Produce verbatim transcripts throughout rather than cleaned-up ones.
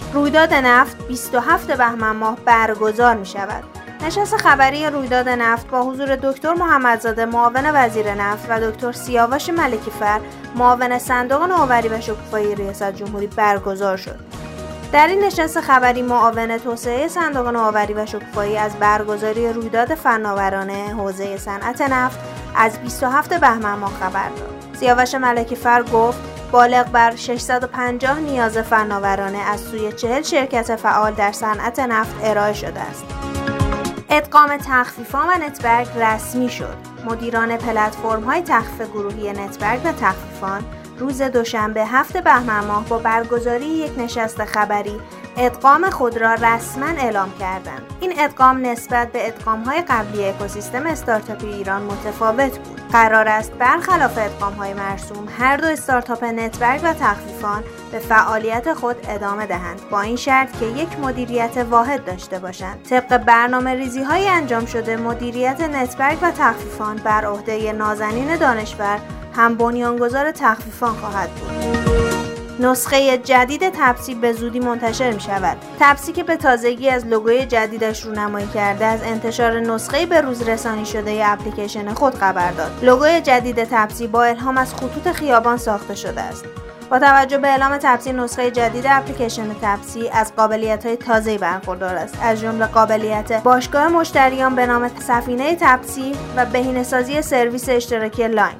رویداد نفت بیست و هفتم بهمن ماه برگزار می شود. نشست خبری رویداد نفت با حضور دکتر محمدزاده معاون وزیر نفت و دکتر سیاوش ملکی‌فر معاون صندوق نوآوری و شکوفایی ریاست جمهوری برگزار شد. در این نشست خبری معاون توسعه صندوق نوآوری و شکوفایی از برگزاری رویداد فناورانه حوزه صنعت نفت از بیست و هفتم بهمن ماه خبر داد. سیاوش ملکی‌فر گفت بالغ بر ششصد و پنجاه نیاز فناورانه از سوی چهل شرکت فعال در صنعت نفت ارائه شده است. ادغام تخفیفان و نتورک رسمی شد. مدیران پلتفرم‌های تخفیف گروهی نتورک و تخفیفان روز دوشنبه هفتم بهمن ماه با برگزاری یک نشست خبری ادغام خود را رسما اعلام کردند. این ادغام نسبت به ادغام‌های قبلی اکوسیستم استارتاپی ایران متفاوت بود. قرار است برخلاف ادغام‌های مرسوم هر دو استارتاپ نتورک و تخفیفان به فعالیت خود ادامه دهند، با این شرط که یک مدیریت واحد داشته باشند. طبق برنامه‌ریزی‌های انجام شده مدیریت نتورک و تخفیفان بر عهده نازنین دانشور هم بنیانگذار تخفیفان خواهد بود. نسخه جدید تپسی به زودی منتشر می شود. تپسی که به تازگی از لوگوی جدیدش رونمایی کرده از انتشار نسخه به روز رسانی شده اپلیکیشن خود خبر داد. لوگوی جدید تپسی با الهام از خطوط خیابان ساخته شده است. با توجه به اعلام تپسی، نسخه جدید اپلیکیشن تپسی از قابلیت‌های تازه‌ای برخوردار است، از جمله قابلیت باشگاه مشتریان به نام سفینه تپسی و بهینه‌سازی سرویس اشتراکی لاین.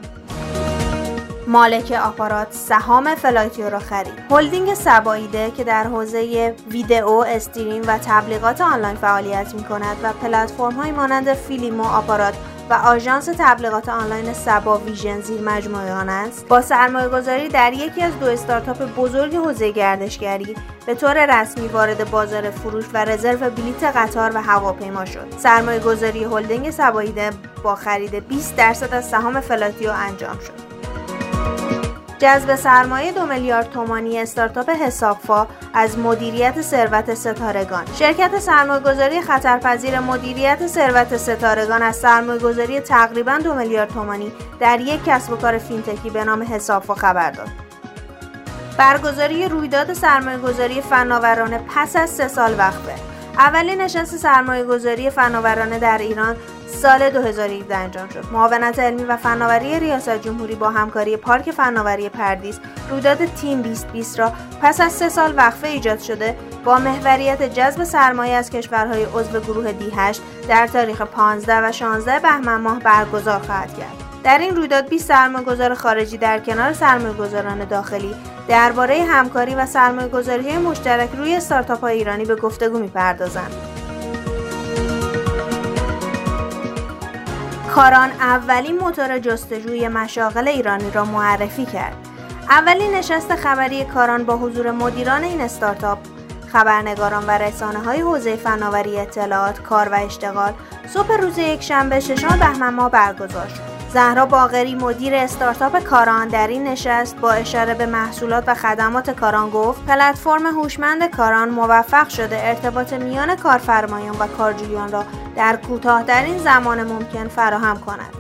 مالک آپارات سهام فلایتیو را خرید. هلدینگ سبایده که در حوزه ویدئو، استریم و تبلیغات آنلاین فعالیت می‌کند و پلتفرم‌هایی مانند فیلیمو، آپارات و آژانس تبلیغات آنلاین سبا ویژن زیر مجموعه آن است، با سرمایه‌گذاری در یکی از دو استارتاپ بزرگ حوزه گردشگری به طور رسمی وارد بازار فروش و رزرو بلیط قطار و هواپیما شد. سرمایه‌گذاری هلدینگ سبایده با خرید بیست درصد از سهام فلایتیو انجام شد. جذب سرمایه دو میلیارد تومانی استارتاپ حسابفا از مدیریت ثروت ستارگان. شرکت سرمایه‌گذاری خطرپذیر مدیریت ثروت ستارگان از سرمایه‌گذاری تقریباً دو میلیارد تومانی در یک کسب و کار فینتکی به نام حسابفا خبر داد. برگزاری رویداد سرمایه‌گذاری فناورانه پس از سه سال وقفه. اولین نشست سرمایه‌گذاری فناورانه در ایران سال دو هزار و هفده انجام شد. معاونت علمی و فناوری ریاست جمهوری با همکاری پارک فناوری پردیس رویداد تیم بیست بیست را پس از سه سال وقفه ایجاد شده با محوریت جذب سرمایه از کشورهای عضو گروه دی هشت در تاریخ پانزده و شانزده بهمن ماه برگزار خواهد کرد. در این رویداد بیست سرمایه‌گذار خارجی در کنار سرمایه‌گذاران داخلی درباره همکاری و سرمایه‌گذاری‌های مشترک روی استارتاپ‌های ایرانی به گفتگو می‌پردازند. کاران اولین موتور جستجوی مشاغل ایرانی را معرفی کرد. اولین نشست خبری کاران با حضور مدیران این استارتاپ، خبرنگاران و رسانه‌های حوزه فناوری اطلاعات، کار و اشتغال صبح روز یکشنبه ششم بهمن ماه برگزار شد. زهرا باقری مدیر استارتاپ کاران در این نشست با اشاره به محصولات و خدمات کاران گفت پلتفرم هوشمند کاران موفق شده ارتباط میان کارفرمایان و کارجویان را در کوتاه‌ترین زمان ممکن فراهم کند.